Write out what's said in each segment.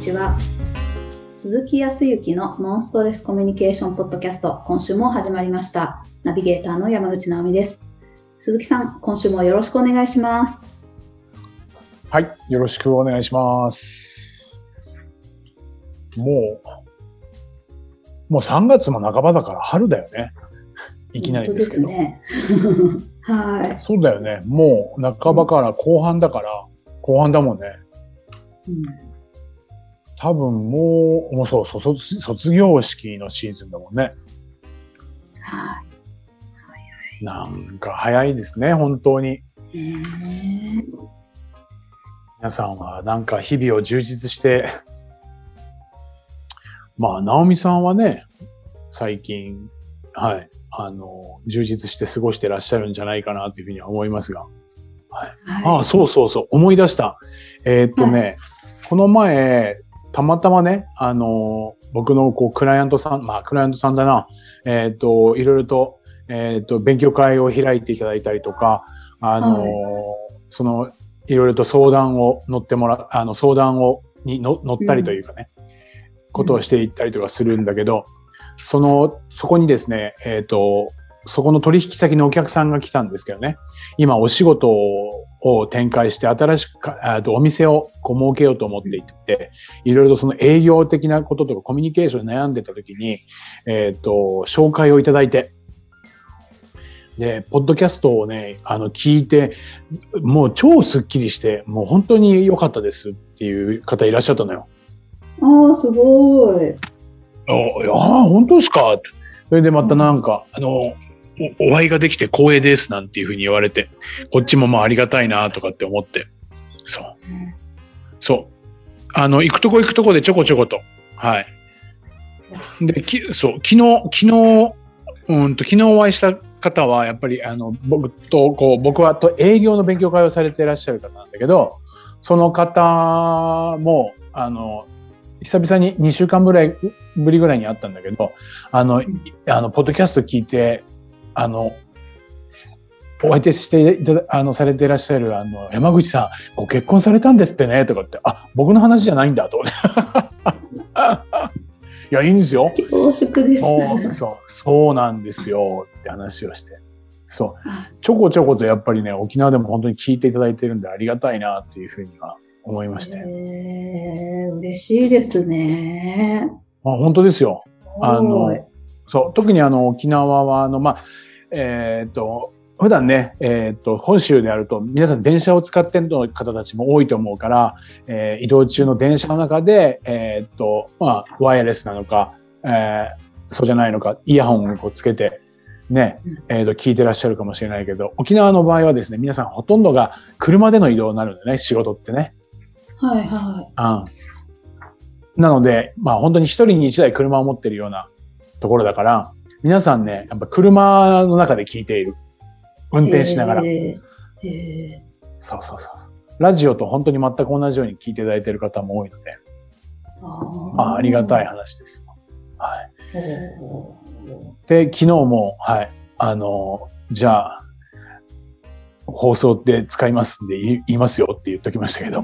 ちは。鈴木康之のノンストレスコミュニケーションポッドキャスト、今週も始まりました。ナビゲーターの山口直美です。鈴木さん、今週もよろしくお願いします。 はい、よろしくお願いします。もう3月も半ばだから春だよね。いきなりですけど。 本当ですね。はい。 そうだよね。もう半ばから後半だから、後半だもんね。多分もうそう、卒業式のシーズンだもんね。 はい。 なんか早いですね、本当に。皆さんはなんか日々を充実して、まあ、直美さんはね、最近、はい、充実して過ごしてらっしゃるんじゃないかなというふうには思いますが。はい。はい、そう、思い出した。この前、たまたまね、僕のクライアントさんだな、いろいろと、勉強会を開いていただいたりとか、いろいろと相談を乗ってもらう、相談に乗ったりというかね、ことをしていったりとかするんだけど、そこにですね、そこの取引先のお客さんが来たんですけどね、今お仕事を展開して新しくお店を設けようと思っていて、いろいろとその営業的なこととかコミュニケーションに悩んでた時に、紹介をいただいて、で、ポッドキャストをね、聞いて、もう超スッキリして、もう本当に良かったですっていう方いらっしゃったのよ。 ああ、すごい。 本当ですか？それでまたなんか、お会いができて光栄ですなんていうふうに言われて、こっちもまあありがたいなとかって思って、そう。行くとこでちょこちょこと、はい。で、昨日お会いした方は、やっぱり僕は営業の勉強会をされていらっしゃる方なんだけど、その方も、久々に2週間ぶりぐらいに会ったんだけど、ポッドキャスト聞いて、お相手してされていらっしゃる、山口さん、ご結婚されたんですってね、とかって、僕の話じゃないんだ、と思って。いや、いいんですよ。 恐縮です。 そうなんですよ、って話をして。そう。ちょこちょことやっぱりね、沖縄でも本当に聞いていただいてるんでありがたいな、っていうふうには思いまして。 嬉しいですね。 本当ですよ。そう、特に沖縄は、普段ね、本州であると皆さん電車を使っている方たちも多いと思うから、移動中の電車の中で、ワイヤレスなのか、そうじゃないのか、イヤホンをつけて、ね、聞いてらっしゃるかもしれないけど、沖縄の場合はですね、皆さんほとんどが車での移動になるんだよね、仕事ってね。 はいはい。 なので、まあ本当に一人に一台車を持っているようなところだから、皆さんね、やっぱ車の中で聞いている。運転しながら。そう。ラジオと本当に全く同じように聞いていただいている方も多いので、ありがたい話です。はい。で、昨日も、はい、じゃあ、放送で使いますんで言いますよって言っときましたけど。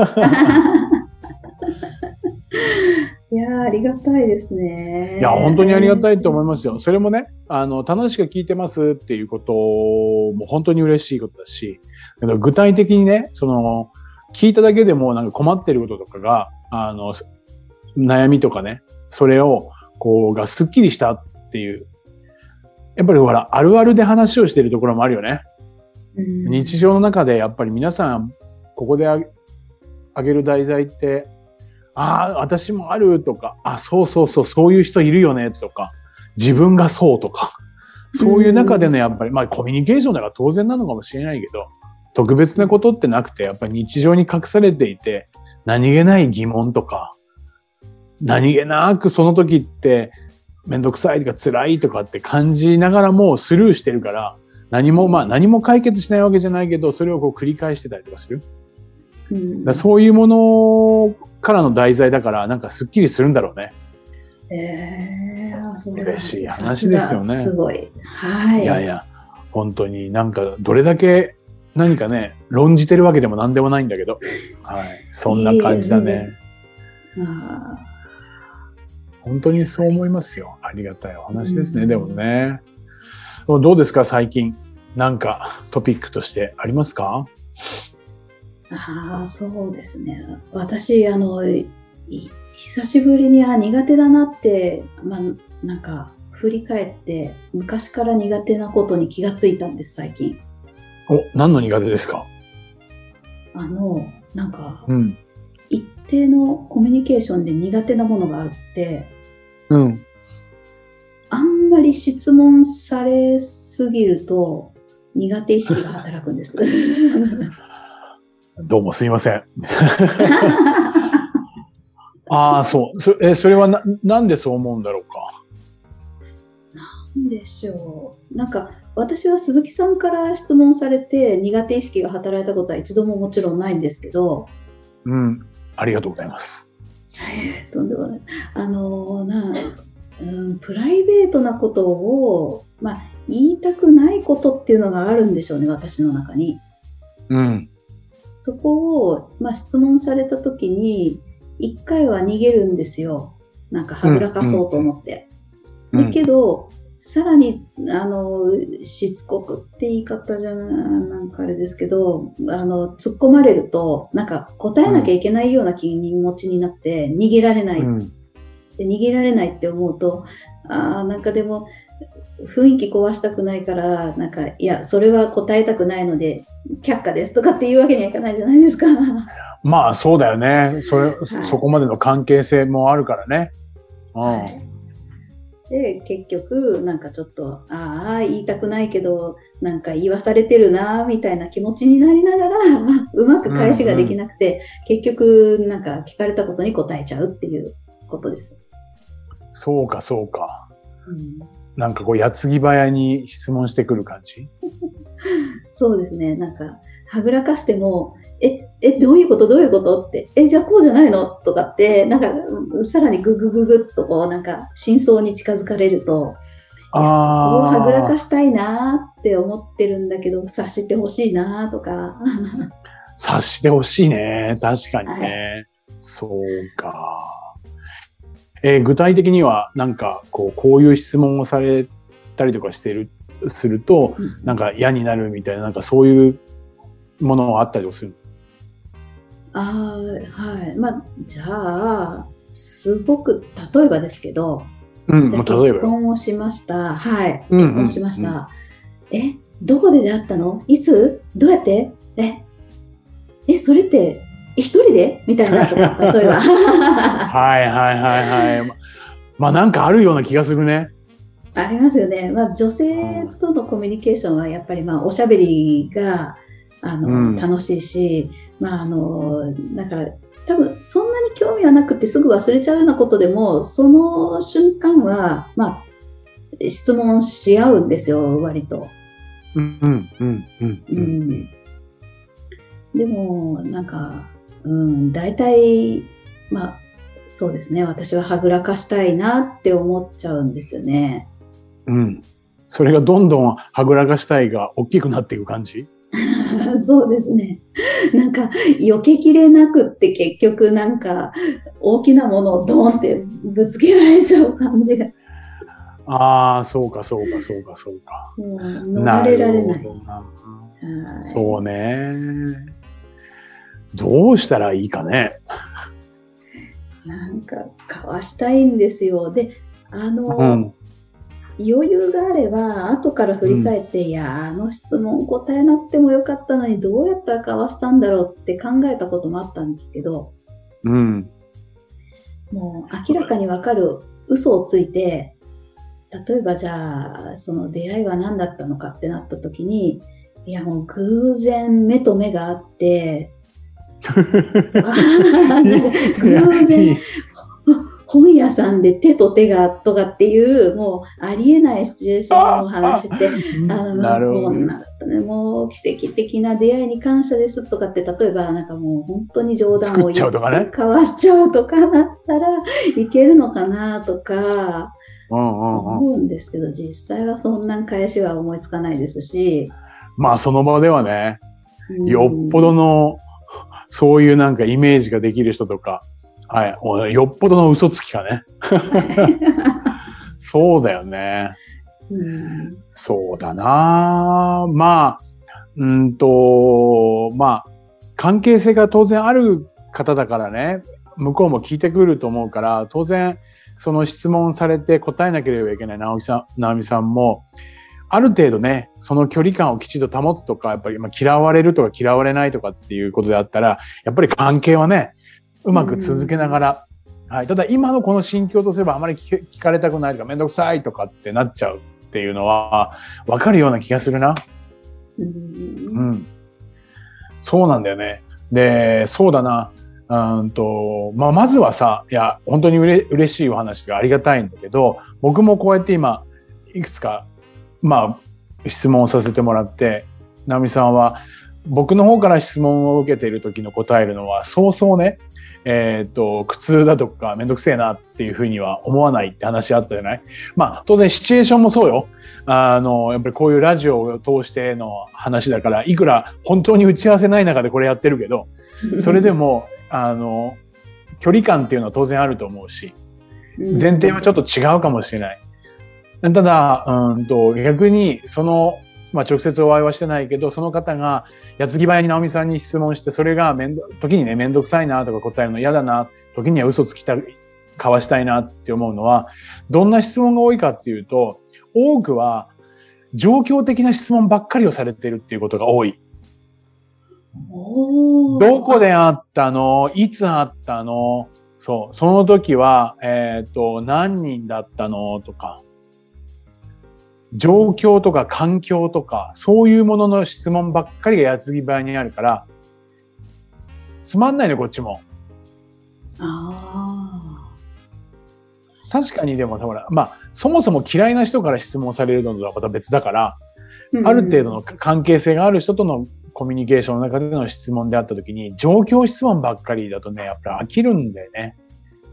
いや、ありがたいですね。 いや、本当にありがたいと思いますよ。それもね、楽しく聞いてますっていうことも本当に嬉しいことだし、具体的にね、聞いただけでもなんか困っていることとかが、悩みとかね、それを、がスッキリしたっていう、やっぱりほら、あるあるで話をしているところもあるよね。日常の中でやっぱり皆さん、ここであげる題材って、私もあるとか、そういう人いるよねとか、自分がそうとか、そういう中でのやっぱり、コミュニケーションだから当然なのかもしれないけど、特別なことってなくて、やっぱり日常に隠されていて、何気ない疑問とか、何気なくその時ってめんどくさいとか辛いとかって感じながらもスルーしてるから、何も解決しないわけじゃないけど、それを繰り返してたりとかする。だそういうものからの題材だから、なんかスッキリするんだろうね。嬉しい話ですよね。 すごい。はい。 いや、本当になんかどれだけ何かね、論じてるわけでも何でもないんだけど、はい。そんな感じだね。 あ本当にそう思いますよ。ありがたいお話ですね。 うんでもね。どうですか最近。なんかトピックとしてありますか？ そうですね。私、久しぶりに苦手だなって、なんか振り返って昔から苦手なことに気がついたんです、最近。 何の苦手ですか？ なんかうん。 一定のコミュニケーションで苦手なものがあって、 うん。 あんまり質問されすぎると苦手意識が働くんです。 どうもすいません。そう。それはなんでそう思うんだろうか。 なんでしょう。なんか私は鈴木さんから質問されて苦手意識が働いたことは一度ももちろんないんですけど、 うん。ありがとうございます。 とんでもない。プライベートなことを、言いたくないことっていうのがあるんでしょうね、私の中に。 うん。 そこを、質問された時に一回は逃げるんですよ。なんかはぐらかそうと思って。だけどさらにしつこくって言い方じゃなんかあれですけど、突っ込まれるとなんか答えなきゃいけないような気持ちになって逃げられない、で逃げられないって思うと、なんかでも雰囲気壊したくないから、なんかいやそれは答えたくないので却下ですとかっていうわけにはいかないじゃないですか。 まあそうだよね。そこまでの関係性もあるからね。 はい。で結局なんかちょっと言いたくないけどなんか言わされてるなみたいな気持ちになりながらうまく返しができなくて、結局なんか聞かれたことに答えちゃうっていうことです。 そうかそうか。なんかこう矢継ぎ早に質問してくる感じ？ そうですね。なんかはぐらかしてもどういうことってじゃあこうじゃないのとかってなんかさらにグッとこうなんか真相に近づかれると、そこをはぐらかしたいなって思ってるんだけど察してほしいなとか察してほしいね。確かにね。はい、そうか。具体的にはなんかこういう質問をされたりとかすると、なんか嫌になるみたいな、なんかそういうものがあったりする？ はい。じゃあすごく例えばですけど、結婚をしました。はい。結婚しました。どこで出会ったの？いつ？どうやって？それって一人でみたいなとか、例えばはい。なんかあるような気がするね。 ありますよね。女性とのコミュニケーションはやっぱりおしゃべりが楽しいし、なんか多分そんなに興味はなくてすぐ忘れちゃうようなことでもその瞬間は質問し合うんですよ、割と。でもなんか大体そうですね、私ははぐらかしたいなって思っちゃうんですよね。 それがどんどんはぐらかしたいが大きくなっていく感じ？ そうですね。なんか避けきれなくって結局なんか大きなものをドーンってぶつけられちゃう感じが。 そうか。 逃れられない。 そうね。どうしたらいいかね。 なんかかわしたいんですよ。で、余裕があれば後から振り返って、いや質問答えなくてもよかったのにどうやったらかわしたんだろうって考えたこともあったんですけど、もう明らかに分かる嘘をついて、例えばじゃあその出会いは何だったのかってなった時に、いやもう偶然目と目があって偶然本屋さんで手と手がとかっていうもうありえないシチュエーションを話してこんなだったね、もう奇跡的な出会いに感謝ですとかって、例えばなんかもう本当に冗談を言って交わしちゃうとかだったらいけるのかなとか思うんですけど、実際はそんな返しは思いつかないですし、 その場ではね、よっぽどのそういうなんかイメージができる人とかはい。よっぽどの嘘つきかね。そうだよね。そうだな。まあ、まあ、関係性が当然ある方だからね、向こうも聞いてくると思うから、当然、その質問されて答えなければいけない直美さんも、ある程度ね、その距離感をきちんと保つとか、やっぱり嫌われるとか嫌われないとかっていうことであったら、やっぱり関係はね、うまく続けながら、はい。ただ今のこの心境とすればあまり聞かれたくないとかめんどくさいとかってなっちゃうっていうのはわかるような気がするな。うん。そうなんだよね。で、そうだな。まあ、まずはさ、いや、本当に嬉しいお話がありがたいんだけど、僕もこうやって今、いくつか、まあ、質問をさせてもらって、直美さんは、僕の方から質問を受けている時の答えるのは、そうそうね、苦痛だとかめんどくせえなっていうふうには思わないって話あったじゃない？まあ、当然シチュエーションもそうよ。やっぱりこういうラジオを通しての話だから、いくら本当に打ち合わせない中でこれやってるけど、それでも、距離感っていうのは当然あると思うし、前提はちょっと違うかもしれない。ただ、逆に、まあ、直接お会いはしてないけど、その方が、矢継ぎ早に直美さんに質問して、それが時にね、めんどくさいなとか答えるの嫌だな、時には嘘つきた、かわしたいなって思うのは、どんな質問が多いかっていうと、多くは、状況的な質問ばっかりをされているっていうことが多い。どこで会ったの？いつ会ったの？そう。その時は、何人だったの？とか。状況とか環境とか、そういうものの質問ばっかりが矢継ぎ早にあるから、つまんないね、こっちも。確かにでも、ほら、まあ、そもそも嫌いな人から質問されるのとはまた別だから、ある程度の関係性がある人とのコミュニケーションの中での質問であったときに、状況質問ばっかりだとね、やっぱり飽きるんだよね。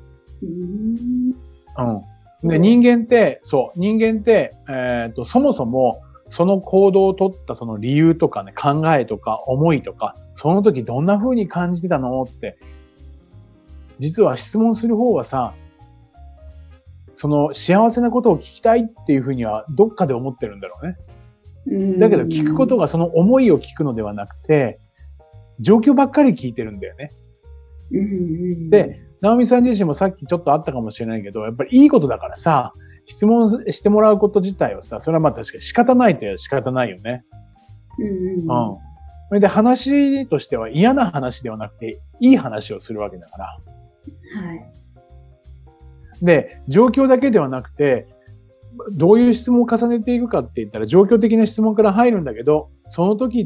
で、人間って、そもそも、その行動を取ったその理由とかね、考えとか思いとか、その時どんな風に感じてたのって、実は質問する方はさ、その幸せなことを聞きたいっていう風にはどっかで思ってるんだろうね。だけど聞くことがその思いを聞くのではなくて、状況ばっかり聞いてるんだよね。で、直美さん自身もさっきちょっとあったかもしれないけど、やっぱりいいことだからさ、質問してもらうこと自体はさ、それはまあ確かに仕方ないというのは仕方ないよね。それで話としては嫌な話ではなくて、いい話をするわけだから。はい。で、状況だけではなくて、どういう質問を重ねていくかって言ったら、状況的な質問から入るんだけど、その時って、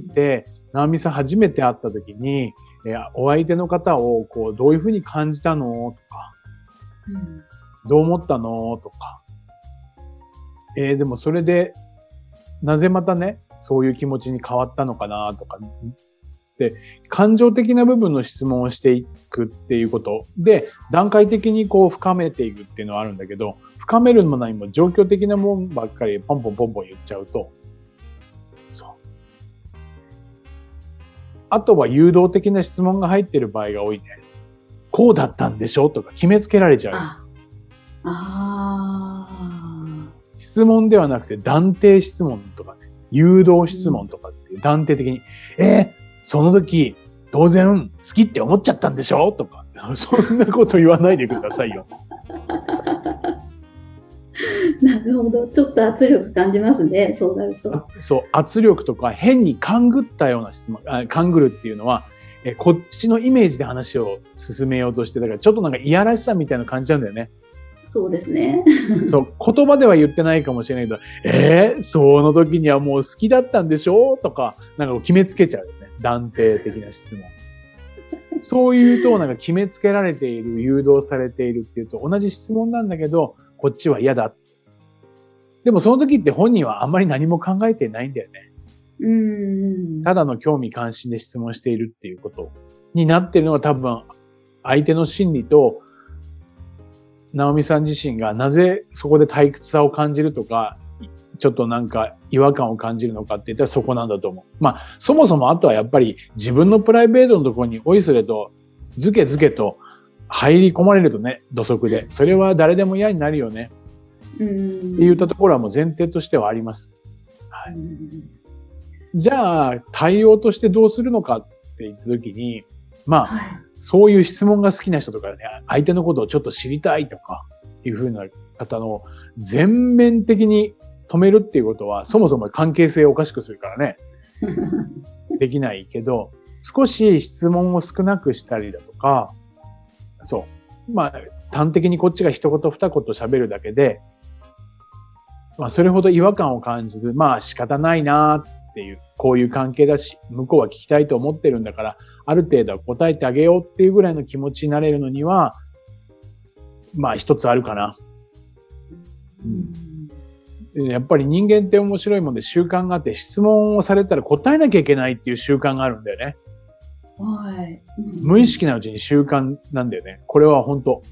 直美さん初めて会った時に、お相手の方をこうどういうふうに感じたのとか、どう思ったのとか、でもそれでなぜまたねそういう気持ちに変わったのかなとかで、感情的な部分の質問をしていくっていうことで段階的にこう深めていくっていうのはあるんだけど、深めるも何も状況的なもんばっかりポンポンポンポン言っちゃうと、あとは誘導的な質問が入ってる場合が多いね。こうだったんでしょとか決めつけられちゃう。質問ではなくて断定質問とかね、誘導質問とかっていう断定的に、その時当然好きって思っちゃったんでしょとか、そんなこと言わないでくださいよ。 なるほど。ちょっと圧力感じますね。そうなると。 そう、圧力とか変に勘ぐったような質問、勘ぐるっていうのは、こっちのイメージで話を進めようとして、だからちょっとなんかいやらしさみたいな感じなんだよね。 そうですね。 そう、言葉では言ってないかもしれないけど、その時にはもう好きだったんでしょとか、なんか決めつけちゃうよね。断定的な質問。そういうと、なんか決めつけられている、誘導されているっていうと同じ質問なんだけど、こっちは嫌だ。でもその時って本人はあんまり何も考えてないんだよね。ただの興味関心で質問しているっていうことになっているのが多分相手の心理と直美さん自身がなぜそこで退屈さを感じるとか、ちょっとなんか違和感を感じるのかって言ったらそこなんだと思う。まあそもそもあとはやっぱり自分のプライベートのところにおいそれとずけずけと入り込まれるとね、土足で。それは誰でも嫌になるよね。って言ったところはもう前提としてはあります。はい、じゃあ、対応としてどうするのかって言ったときに、まあ、はい、そういう質問が好きな人とかね、相手のことをちょっと知りたいとか、いうふうな方の全面的に止めるっていうことは、そもそも関係性をおかしくするからね。できないけど、少し質問を少なくしたりだとか、そう。まあ、端的にこっちが一言二言喋るだけで、まあ、それほど違和感を感じず、まあ仕方ないなっていう、こういう関係だし、向こうは聞きたいと思ってるんだから、ある程度は答えてあげようっていうぐらいの気持ちになれるのには、まあ一つあるかな。やっぱり人間って面白いもんで習慣があって、質問をされたら答えなきゃいけないっていう習慣があるんだよね。 はい。 無意識なうちに習慣なんだよね。これは本当。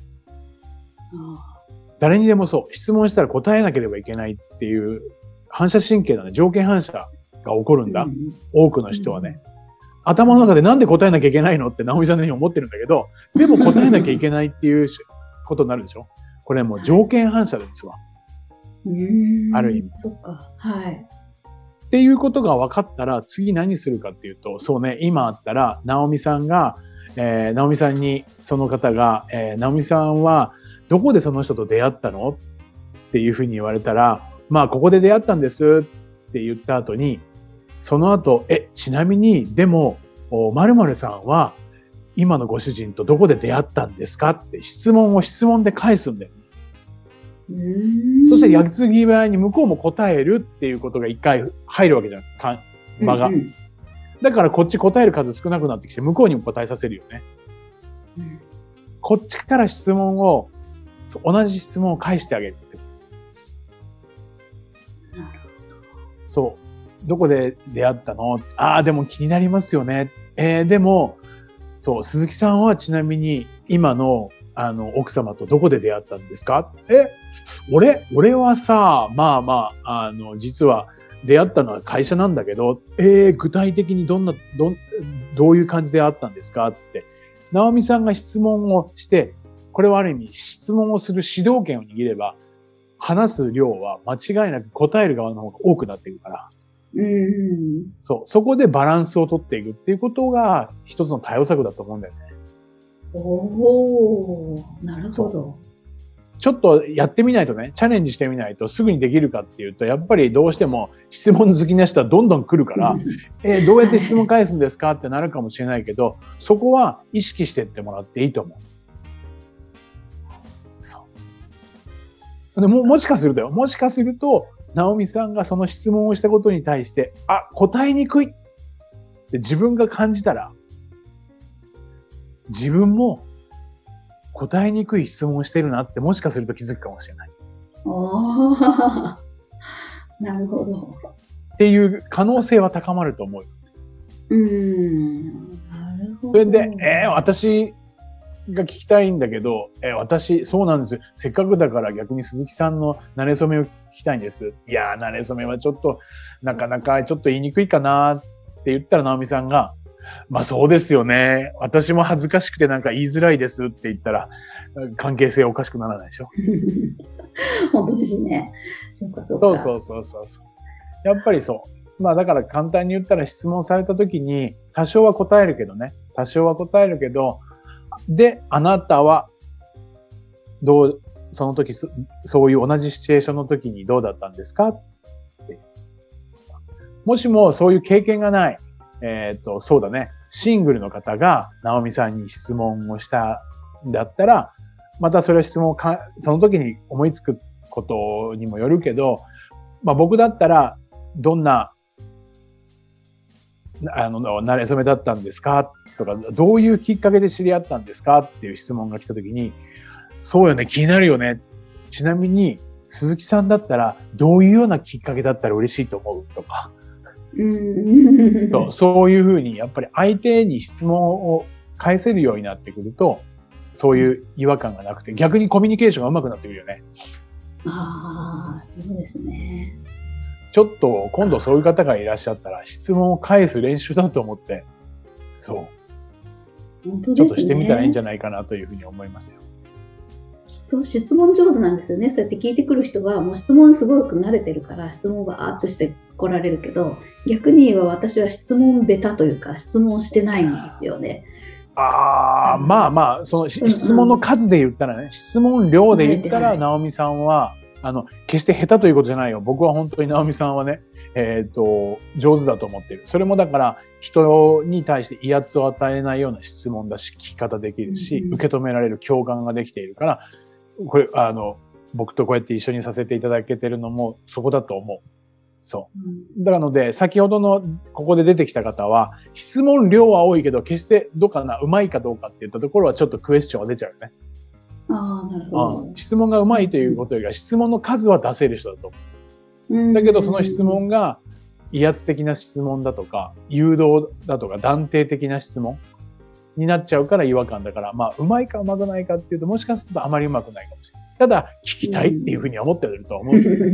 誰にでもそう。質問したら答えなければいけないっていう反射神経なの、条件反射が起こるんだ。多くの人はね。頭の中でなんで答えなきゃいけないのって直美さんのように思ってるんだけど、でも答えなきゃいけないっていうことになるでしょ。これもう条件反射ですわ。ある意味。 そっか。はい。 っていうことが分かったら次何するかっていうと、そうね、今あったら直美さんが、直美さんにその方が、直美さんはどこでその人と出会ったのっていうふうに言われたら、まあここで出会ったんですって言った後に、その後、ちなみにでも〇〇さんは今のご主人とどこで出会ったんですかって質問を質問で返すんだよ。そして矢継ぎ早に向こうも答えるっていうことが一回入るわけじゃん、場が。だからこっち答える数少なくなってきて向こうにも答えさせるよね。こっちから質問を、同じ質問を返してあげるって。 なるほど。 そう。どこで出会ったの？でも気になりますよね。でも、そう、鈴木さんはちなみに今の奥様とどこで出会ったんですか？俺はさ、実は出会ったのは会社なんだけど、具体的にどういう感じで会ったんですかって、直美さんが質問をして、これはある意味質問をする主導権を握れば、話す量は間違いなく答える側の方が多くなっていくから。そう、そこでバランスを取っていくっていうことが一つの対応策だと思うんだよね。 なるほど。 ちょっとやってみないとね、チャレンジしてみないとすぐにできるかっていうと、やっぱりどうしても質問好きな人はどんどん来るから、どうやって質問返すんですかってなるかもしれないけど、そこは意識してってもらっていいと思う。そう。それでもしかすると、直美さんがその質問をしたことに対して、答えにくいって自分が感じたら、自分も答えにくい質問をしてるなってもしかすると気づくかもしれない。 なるほど。 っていう可能性は高まると思う。 なるほど。 それで、私が聞きたいんだけど、私、そうなんです。せっかくだから逆に鈴木さんの馴れ初めを聞きたいんです。いやー、馴れ初めはちょっと、なかなかちょっと言いにくいかなって言ったら直美さんが、まあそうですよね。私も恥ずかしくてなんか言いづらいですって言ったら、関係性おかしくならないでしょ。 本当ですね。そうか。 そう。やっぱりそう。まあだから簡単に言ったら質問された時に多少は答えるけど、で、あなたはその時、そういう同じシチュエーションの時にどうだったんですかって。もしもそういう経験がない、そうだね。シングルの方が直美さんに質問をしたんだったら、またそれは質問をその時に思いつくことにもよるけど、まあ僕だったら、どんな、馴れ初めだったんですかとか、どういうきっかけで知り合ったんですかっていう質問が来た時に、そうよね、気になるよね。ちなみに、鈴木さんだったら、どういうようなきっかけだったら嬉しいと思うとか、そういうふうにやっぱり相手に質問を返せるようになってくると、そういう違和感がなくて逆にコミュニケーションがうまくなってくるよね。 そうですね。 ちょっと今度そういう方がいらっしゃったら質問を返す練習だと思って、そう本当ちょっとですしてみたらいいんじね。 ゃないかなというふうに思いますよ。 きっと質問上手なんですよね。そうやって聞いてくる人はもう質問すごく慣れてるから質問ばーっとして来られるけど、逆に言えば私は質問ベタというか質問してないんですよね。 まあまあ、その質問の数で言ったらね、質問量で言ったら、直美さんは、決して下手ということじゃないよ。僕は本当に直美さんはね、上手だと思っている。それもだから、人に対して威圧を与えないような質問だし、聞き方できるし、受け止められる共感ができているから、これ、僕とこうやって一緒にさせていただけてるのも、そこだと思う。そう。なので、先ほどの、ここで出てきた方は、質問量は多いけど、決してどうかな、うまいかどうかって言ったところはちょっとクエスチョンが出ちゃうよね。 ああ、なるほど。 質問がうまいということよりは、質問の数は出せる人だと思う。だけど、その質問が威圧的な質問だとか、誘導だとか、断定的な質問になっちゃうから違和感だから、まあ、うまいかうまくないかっていうと、もしかするとあまりうまくないかもしれない。ただ、聞きたいっていうふうに思ってると思う。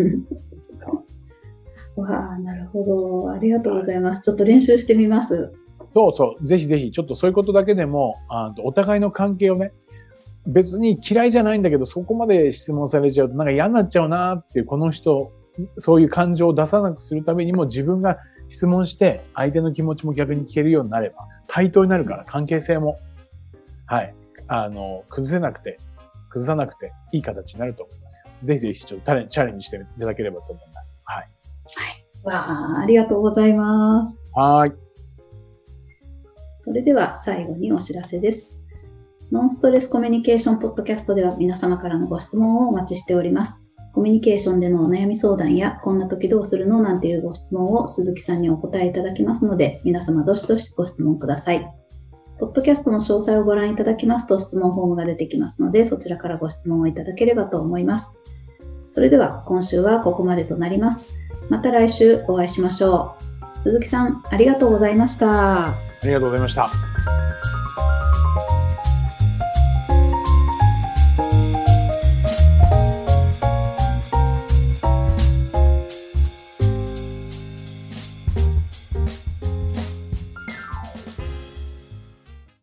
わあ、なるほど。ありがとうございます。ちょっと練習してみます。 そうそう。ぜひぜひ、ちょっとそういうことだけでも、お互いの関係をね、別に嫌いじゃないんだけど、そこまで質問されちゃうと、なんか嫌になっちゃうなっていう、この人、そういう感情を出さなくするためにも、自分が質問して、相手の気持ちも逆に聞けるようになれば、対等になるから、関係性も、はい、崩さなくて、いい形になると思いますよ。ぜひぜひ、ちょっとチャレンジしていただければと思います。はい。 わあ、ありがとうございます。 はい。 それでは最後にお知らせです。ノンストレスコミュニケーションポッドキャストでは皆様からのご質問をお待ちしております。コミュニケーションでのお悩み相談や、こんな時どうするのなんていうご質問を鈴木さんにお答えいただきますので、皆様どしどしご質問ください。ポッドキャストの詳細をご覧いただきますと質問フォームが出てきますので、そちらからご質問をいただければと思います。それでは今週はここまでとなります。また来週お会いしましょう。鈴木さん、ありがとうございました。 ありがとうございました。